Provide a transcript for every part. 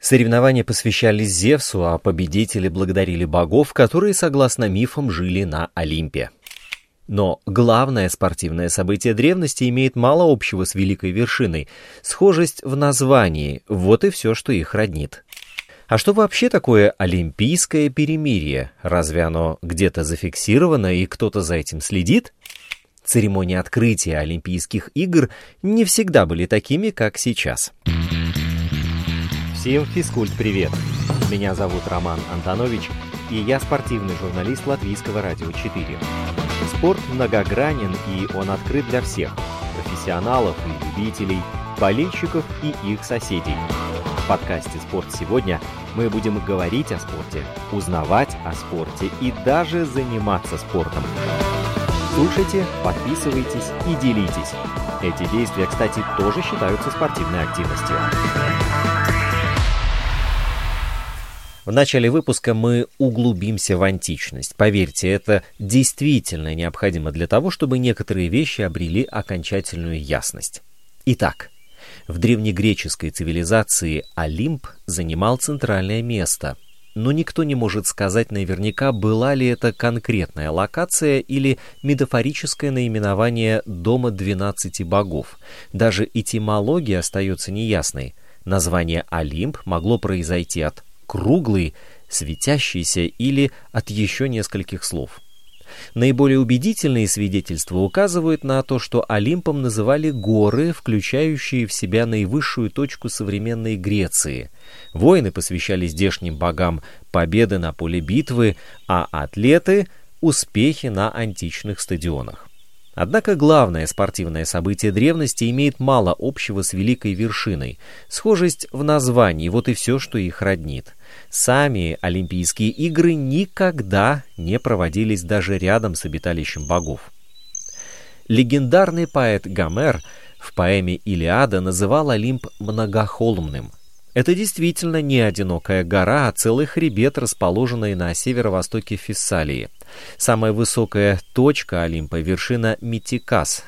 Соревнования посвящались Зевсу, а победители благодарили богов, которые, согласно мифам, жили на Олимпе. Но главное спортивное событие древности имеет мало общего с великой вершиной. Схожесть в названии – вот и все, что их роднит. А что вообще такое олимпийское перемирие? Разве оно где-то зафиксировано и кто-то за этим следит? Церемонии открытия Олимпийских игр не всегда были такими, как сейчас. Всем физкульт-привет! Меня зовут Роман Антонович, и я спортивный журналист Латвийского радио 4. Спорт многогранен, и он открыт для всех – профессионалов и любителей, болельщиков и их соседей. В подкасте «Спорт сегодня» мы будем говорить о спорте, узнавать о спорте и даже заниматься спортом. Слушайте, подписывайтесь и делитесь. Эти действия, кстати, тоже считаются спортивной активностью. В начале выпуска мы углубимся в античность. Поверьте, это действительно необходимо для того, чтобы некоторые вещи обрели окончательную ясность. Итак, в древнегреческой цивилизации Олимп занимал центральное место. Но никто не может сказать наверняка, была ли это конкретная локация или метафорическое наименование Дома 12 богов. Даже этимология остается неясной. Название Олимп могло произойти от круглый, светящийся или от еще нескольких слов. Наиболее убедительные свидетельства указывают на то, что Олимпом называли горы, включающие в себя наивысшую точку современной Греции. Воины посвящали здешним богам победы на поле битвы, а атлеты — успехи на античных стадионах. Однако главное спортивное событие древности имеет мало общего с великой вершиной. Схожесть в названии — вот и все, что их роднит. Сами Олимпийские игры никогда не проводились даже рядом с обиталищем богов. Легендарный поэт Гомер в поэме «Илиада» называл Олимп многохолмным. Это действительно не одинокая гора, а целый хребет, расположенный на северо-востоке Фессалии. Самая высокая точка Олимпа — вершина Митикас,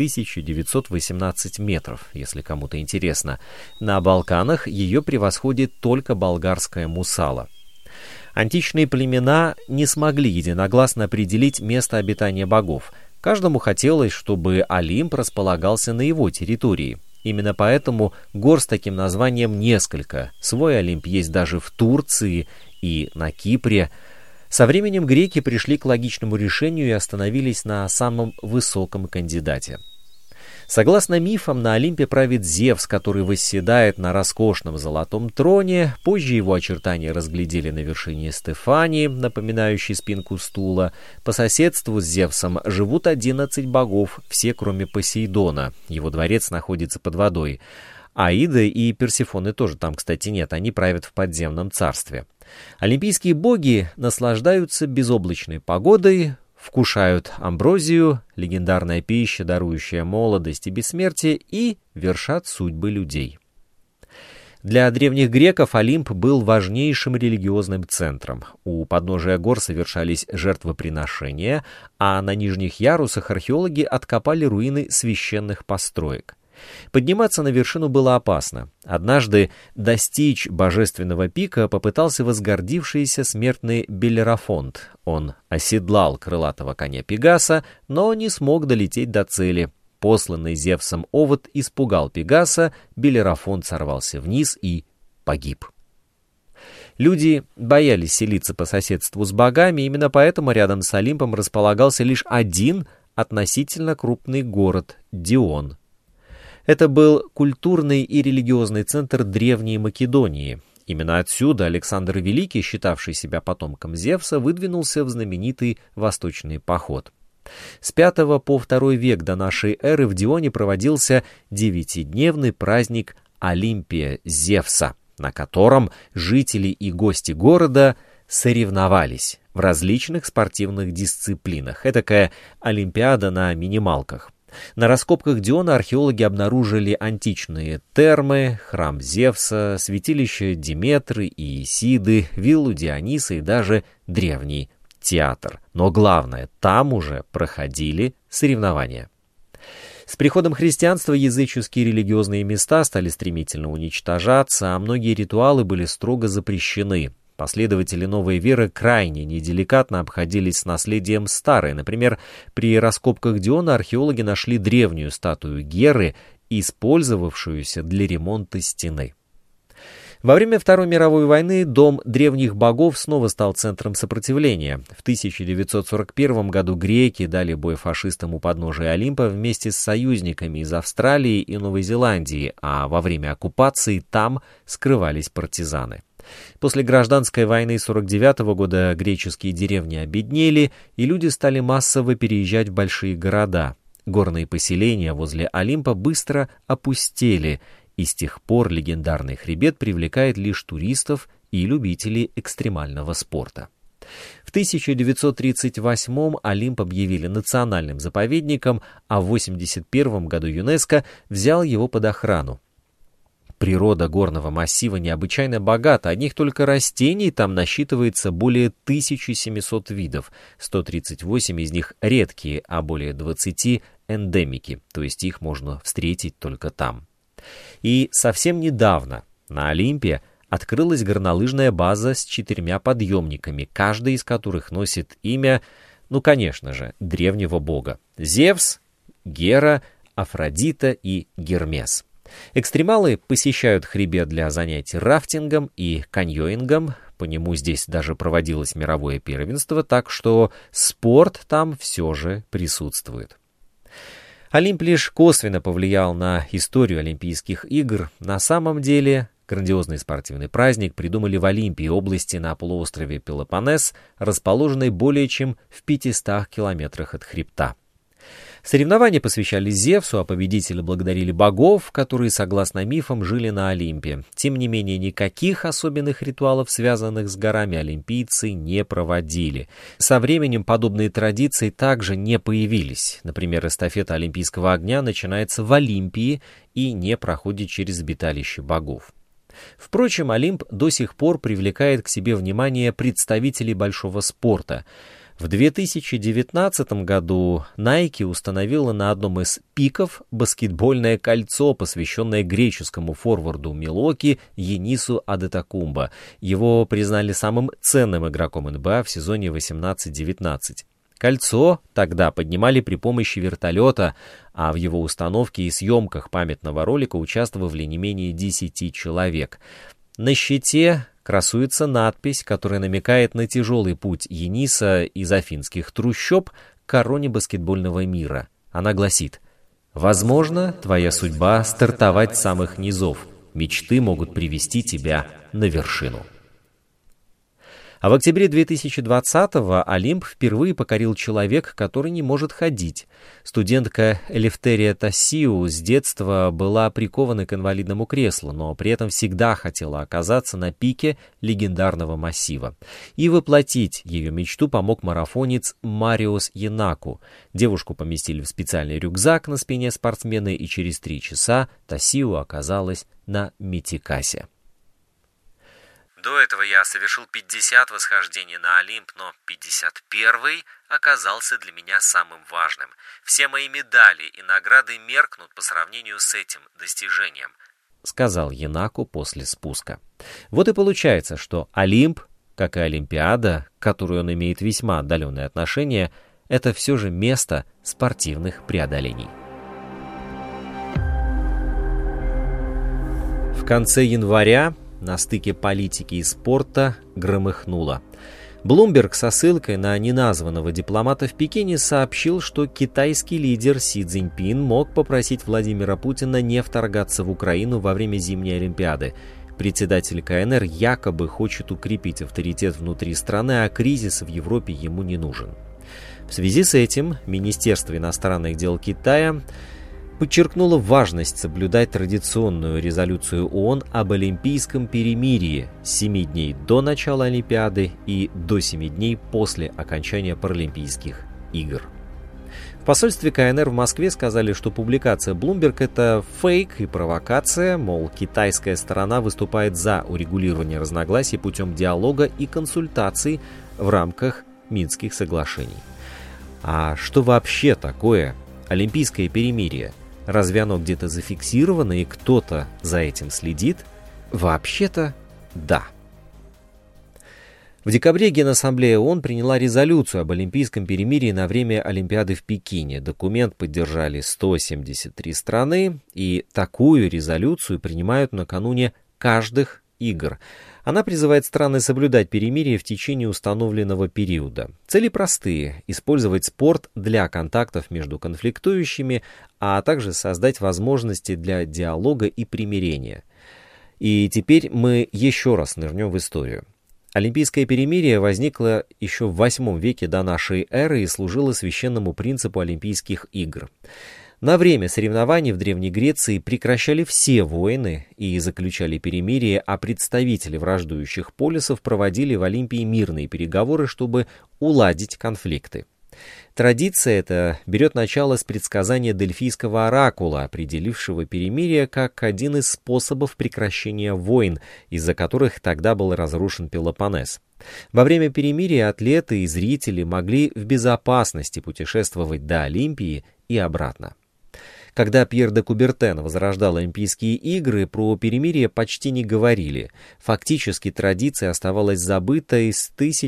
2918 метров, если кому-то интересно. На Балканах ее превосходит только болгарская Мусала. Античные племена не смогли единогласно определить место обитания богов. Каждому хотелось, чтобы Олимп располагался на его территории. Именно поэтому гор с таким названием несколько. Свой Олимп есть даже в Турции и на Кипре. Со временем греки пришли к логичному решению и остановились на самом высоком кандидате. Согласно мифам, на Олимпе правит Зевс, который восседает на роскошном золотом троне. Позже его очертания разглядели на вершине Стефании, напоминающей спинку стула. По соседству с Зевсом живут 11 богов, все кроме Посейдона. Его дворец находится под водой. Аиды и Персефоны тоже там, кстати, нет, они правят в подземном царстве. Олимпийские боги наслаждаются безоблачной погодой, вкушают амброзию, легендарная пища, дарующая молодость и бессмертие, и вершат судьбы людей. Для древних греков Олимп был важнейшим религиозным центром. У подножия гор совершались жертвоприношения, а на нижних ярусах археологи откопали руины священных построек. Подниматься на вершину было опасно. Однажды достичь божественного пика попытался возгордившийся смертный Белерафонт. Он оседлал крылатого коня Пегаса, но не смог долететь до цели. Посланный Зевсом овод испугал Пегаса, Белерафонт сорвался вниз и погиб. Люди боялись селиться по соседству с богами, именно поэтому рядом с Олимпом располагался лишь один относительно крупный город — Дион. Это был культурный и религиозный центр Древней Македонии. Именно отсюда Александр Великий, считавший себя потомком Зевса, выдвинулся в знаменитый Восточный поход. С V по II век до нашей эры в Дионе проводился 9-дневный праздник Олимпия Зевса, на котором жители и гости города соревновались в различных спортивных дисциплинах. Этакая олимпиада на минималках. На раскопках Диона археологи обнаружили античные термы, храм Зевса, святилище Диметры и Исиды, виллу Диониса и даже древний театр. Но главное, там уже проходили соревнования. С приходом христианства языческие религиозные места стали стремительно уничтожаться, а многие ритуалы были строго запрещены. Последователи новой веры крайне неделикатно обходились с наследием старой. Например, при раскопках Диона археологи нашли древнюю статую Геры, использовавшуюся для ремонта стены. Во время Второй мировой войны дом древних богов снова стал центром сопротивления. В 1941 году греки дали бой фашистам у подножия Олимпа вместе с союзниками из Австралии и Новой Зеландии, а во время оккупации там скрывались партизаны. После гражданской войны 1949 года греческие деревни обеднели, и люди стали массово переезжать в большие города. Горные поселения возле Олимпа быстро опустели, и с тех пор легендарный хребет привлекает лишь туристов и любителей экстремального спорта. В 1938-м Олимп объявили национальным заповедником, а в 1981 году ЮНЕСКО взял его под охрану. Природа горного массива необычайно богата, одних только растений там насчитывается более 1700 видов, 138 из них редкие, а более 20 эндемики, то есть их можно встретить только там. И совсем недавно на Олимпе открылась горнолыжная база с 4 подъемниками, каждый из которых носит имя, конечно же, древнего бога: Зевс, Гера, Афродита и Гермес. Экстремалы посещают хребет для занятий рафтингом и каньонингом, по нему здесь даже проводилось мировое первенство, так что спорт там все же присутствует. Олимп лишь косвенно повлиял на историю Олимпийских игр. На самом деле грандиозный спортивный праздник придумали в Олимпии, области на полуострове Пелопоннес, расположенной более чем в 500 километрах от хребта. Соревнования посвящались Зевсу, а победители благодарили богов, которые, согласно мифам, жили на Олимпе. Тем не менее, никаких особенных ритуалов, связанных с горами, олимпийцы не проводили. Со временем подобные традиции также не появились. Например, эстафета Олимпийского огня начинается в Олимпии и не проходит через обиталище богов. Впрочем, Олимп до сих пор привлекает к себе внимание представителей большого спорта. В 2019 году Nike установила на одном из пиков баскетбольное кольцо, посвященное греческому форварду Милуоки Янису Адетокумбо. Его признали самым ценным игроком НБА в сезоне 18-19. Кольцо тогда поднимали при помощи вертолета, а в его установке и съемках памятного ролика участвовали не менее 10 человек. На щите красуется надпись, которая намекает на тяжелый путь Яниса из афинских трущоб к короне баскетбольного мира. Она гласит: «Возможно, твоя судьба — стартовать с самых низов. Мечты могут привести тебя на вершину». А в октябре 2020-го Олимп впервые покорил человек, который не может ходить. Студентка Элефтерия Тассиу с детства была прикована к инвалидному креслу, но при этом всегда хотела оказаться на пике легендарного массива. И воплотить ее мечту помог марафонец Мариос Янаку. Девушку поместили в специальный рюкзак на спине спортсмена, и через 3 часа Тассиу оказалась на Митикасе. До этого я совершил 50 восхождений на Олимп, но 51-й оказался для меня самым важным. Все мои медали и награды меркнут по сравнению с этим достижением, — сказал Янаку после спуска. Вот и получается, что Олимп, как и Олимпиада, к которой он имеет весьма отдаленное отношение, это все же место спортивных преодолений. В конце января на стыке политики и спорта громыхнуло. Bloomberg со ссылкой на неназванного дипломата в Пекине сообщил, что китайский лидер Си Цзиньпин мог попросить Владимира Путина не вторгаться в Украину во время зимней Олимпиады. Председатель КНР якобы хочет укрепить авторитет внутри страны, а кризис в Европе ему не нужен. В связи с этим Министерство иностранных дел Китая подчеркнула важность соблюдать традиционную резолюцию ООН об олимпийском перемирии с 7 дней до начала Олимпиады и до 7 дней после окончания Паралимпийских игр. В посольстве КНР в Москве сказали, что публикация Bloomberg — это фейк и провокация, мол, китайская сторона выступает за урегулирование разногласий путем диалога и консультаций в рамках Минских соглашений. А что вообще такое Олимпийское перемирие. Разве оно где-то зафиксировано и кто-то за этим следит? Вообще-то, да. В декабре Генассамблея ООН приняла резолюцию об Олимпийском перемирии на время Олимпиады в Пекине. Документ поддержали 173 страны, и такую резолюцию принимают накануне каждых игр. Она призывает страны соблюдать перемирие в течение установленного периода. Цели простые – использовать спорт для контактов между конфликтующими, а также создать возможности для диалога и примирения. И теперь мы еще раз нырнем в историю. Олимпийское перемирие возникло еще в VIII веке до нашей эры и служило священному принципу Олимпийских игр. На время соревнований в Древней Греции прекращали все войны и заключали перемирие, а представители враждующих полюсов проводили в Олимпии мирные переговоры, чтобы уладить конфликты. Традиция эта берет начало с предсказания Дельфийского оракула, определившего перемирие как один из способов прекращения войн, из-за которых тогда был разрушен Пелопоннес. Во время перемирия атлеты и зрители могли в безопасности путешествовать до Олимпии и обратно. Когда Пьер де Кубертен возрождал Олимпийские игры, про перемирие почти не говорили. Фактически традиция оставалась забыта с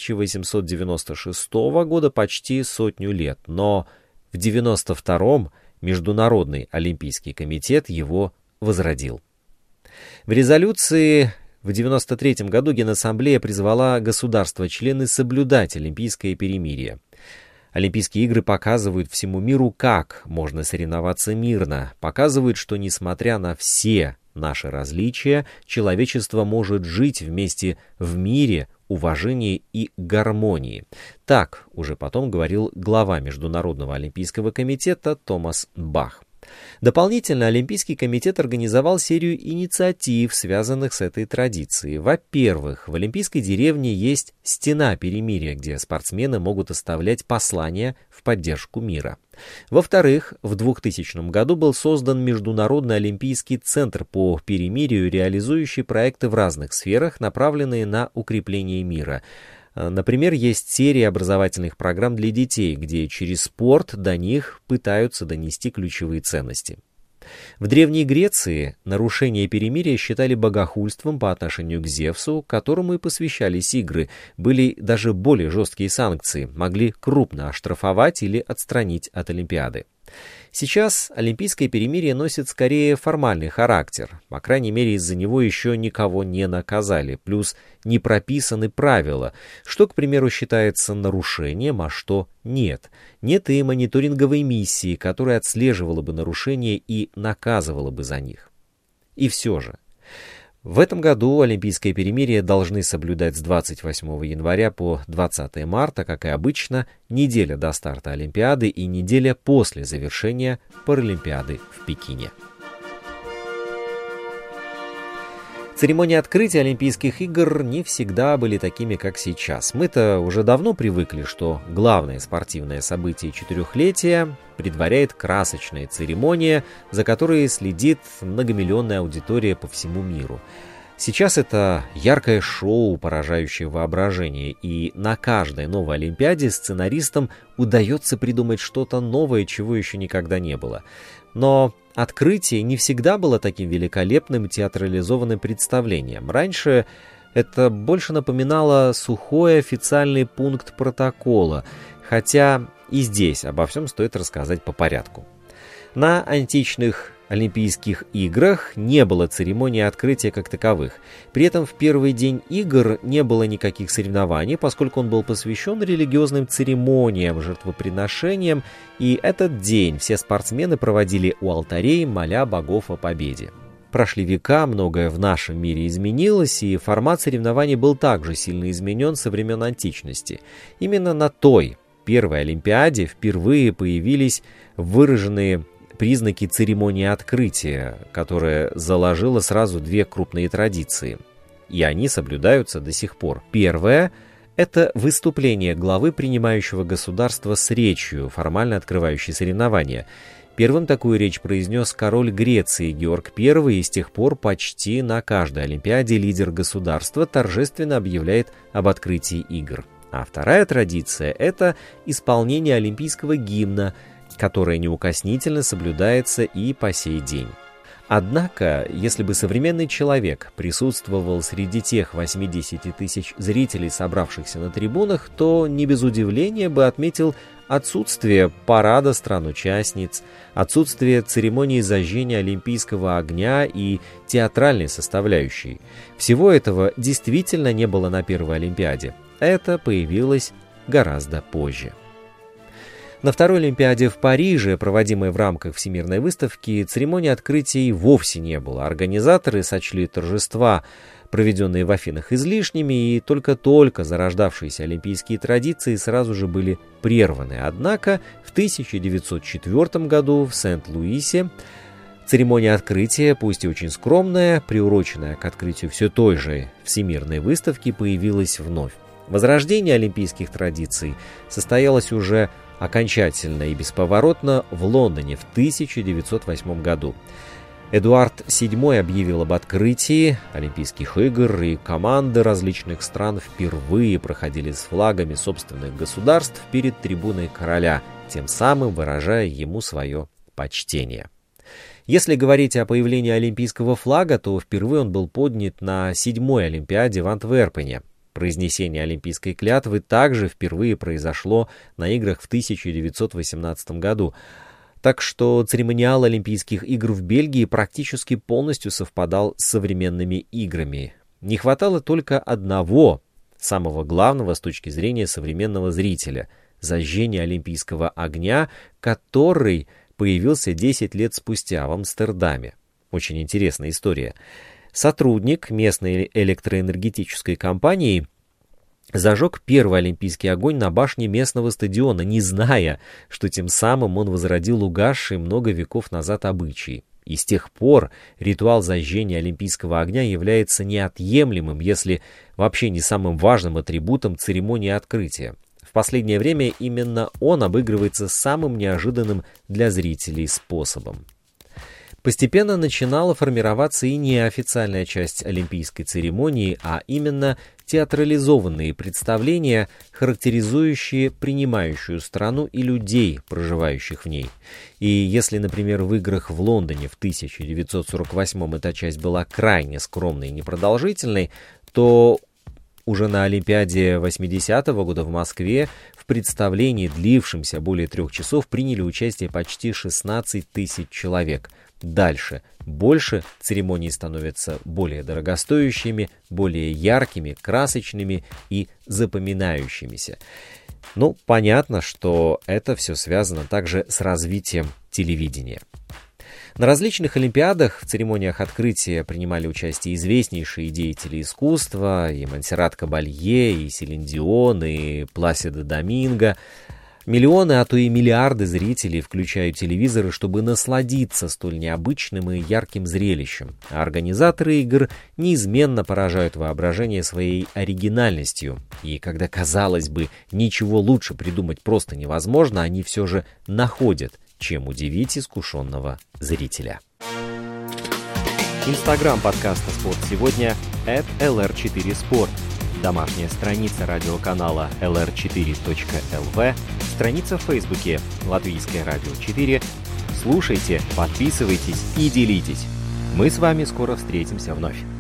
1896 года почти сотню лет, но в 1992-м Международный Олимпийский комитет его возродил. В резолюции в 1993 году Генассамблея призвала государства-члены соблюдать Олимпийское перемирие. Олимпийские игры показывают всему миру, как можно соревноваться мирно, показывают, что, несмотря на все наши различия, человечество может жить вместе в мире, уважении и гармонии. Так уже потом говорил глава Международного Олимпийского комитета Томас Бах. Дополнительно Олимпийский комитет организовал серию инициатив, связанных с этой традицией. Во-первых, в Олимпийской деревне есть стена перемирия, где спортсмены могут оставлять послания в поддержку мира. Во-вторых, в 2000 году был создан Международный Олимпийский центр по перемирию, реализующий проекты в разных сферах, направленные на укрепление мира. Например, есть серия образовательных программ для детей, где через спорт до них пытаются донести ключевые ценности. В Древней Греции нарушение перемирия считали богохульством по отношению к Зевсу, которому и посвящались игры. Были даже более жесткие санкции, могли крупно оштрафовать или отстранить от Олимпиады. Сейчас олимпийское перемирие носит скорее формальный характер. По крайней мере, из-за него еще никого не наказали. Плюс не прописаны правила, что, к примеру, считается нарушением, а что нет. Нет и мониторинговой миссии, которая отслеживала бы нарушения и наказывала бы за них. И все же. В этом году олимпийское перемирие должны соблюдать с 28 января по 20 марта, как и обычно, неделя до старта Олимпиады и неделя после завершения Паралимпиады в Пекине. Церемонии открытия Олимпийских игр не всегда были такими, как сейчас. Мы-то уже давно привыкли, что главное спортивное событие четырехлетия предваряет красочная церемония, за которой следит многомиллионная аудитория по всему миру. Сейчас это яркое шоу, поражающее воображение, и на каждой новой Олимпиаде сценаристам удается придумать что-то новое, чего еще никогда не было. Но открытие не всегда было таким великолепным театрализованным представлением. Раньше это больше напоминало сухой официальный пункт протокола, хотя и здесь обо всем стоит рассказать по порядку. На античных Олимпийских играх не было церемонии открытия как таковых. При этом в первый день игр не было никаких соревнований, поскольку он был посвящен религиозным церемониям, жертвоприношениям, и этот день все спортсмены проводили у алтарей, моля богов о победе. Прошли века, многое в нашем мире изменилось, и формат соревнований был также сильно изменен со времен античности. Именно на той первой Олимпиаде впервые появились выраженные признаки церемонии открытия, которая заложила сразу две крупные традиции. И они соблюдаются до сих пор. Первое – это выступление главы принимающего государства с речью, формально открывающей соревнования. Первым такую речь произнес король Греции Георг I, и с тех пор почти на каждой Олимпиаде лидер государства торжественно объявляет об открытии игр. А вторая традиция – это исполнение олимпийского гимна, которое неукоснительно соблюдается и по сей день. Однако, если бы современный человек присутствовал среди тех 80 тысяч зрителей, собравшихся на трибунах, то не без удивления бы отметил отсутствие парада стран-участниц, отсутствие церемонии зажжения олимпийского огня и театральной составляющей. Всего этого действительно не было на первой Олимпиаде. Это появилось гораздо позже. На второй Олимпиаде в Париже, проводимой в рамках Всемирной выставки, церемонии открытий вовсе не было. Организаторы сочли торжества, проведенные в Афинах, излишними, и только-только зарождавшиеся олимпийские традиции сразу же были прерваны. Однако в 1904 году в Сент-Луисе церемония открытия, пусть и очень скромная, приуроченная к открытию все той же Всемирной выставки, появилась вновь. Возрождение олимпийских традиций состоялось уже окончательно и бесповоротно в Лондоне в 1908 году. Эдуард VII объявил об открытии Олимпийских игр, и команды различных стран впервые проходили с флагами собственных государств перед трибуной короля, тем самым выражая ему свое почтение. Если говорить о появлении олимпийского флага, то впервые он был поднят на 7-й Олимпиаде в Антверпене. Произнесение олимпийской клятвы также впервые произошло на играх в 1918 году. Так что церемониал Олимпийских игр в Бельгии практически полностью совпадал с современными играми. Не хватало только одного, самого главного с точки зрения современного зрителя — зажжения олимпийского огня, который появился 10 лет спустя в Амстердаме. Очень интересная история. Сотрудник местной электроэнергетической компании зажег первый олимпийский огонь на башне местного стадиона, не зная, что тем самым он возродил угасший много веков назад обычай. И с тех пор ритуал зажжения олимпийского огня является неотъемлемым, если вообще не самым важным атрибутом церемонии открытия. В последнее время именно он обыгрывается самым неожиданным для зрителей способом. Постепенно начинала формироваться и неофициальная часть олимпийской церемонии, а именно театрализованные представления, характеризующие принимающую страну и людей, проживающих в ней. И если, например, в играх в Лондоне в 1948 эта часть была крайне скромной и непродолжительной, то уже на Олимпиаде 80-го года в Москве в представлении, длившемся более 3 часов, приняли участие почти 16 тысяч человек. Дальше. Больше церемонии становятся более дорогостоящими, более яркими, красочными и запоминающимися. Ну, понятно, что это все связано также с развитием телевидения. На различных олимпиадах в церемониях открытия принимали участие известнейшие деятели искусства, и Монсеррат Кабалье, и Селин Дион, и Пласидо Доминго. Миллионы, а то и миллиарды зрителей включают телевизоры, чтобы насладиться столь необычным и ярким зрелищем. А организаторы игр неизменно поражают воображение своей оригинальностью. И когда, казалось бы, ничего лучше придумать просто невозможно, они все же находят, чем удивить искушенного зрителя. Инстаграм подкаста «Спорт сегодня» @LR4Sport. Домашняя страница радиоканала lr4.lv, страница в Фейсбуке «Латвийское радио 4». Слушайте, подписывайтесь и делитесь. Мы с вами скоро встретимся вновь.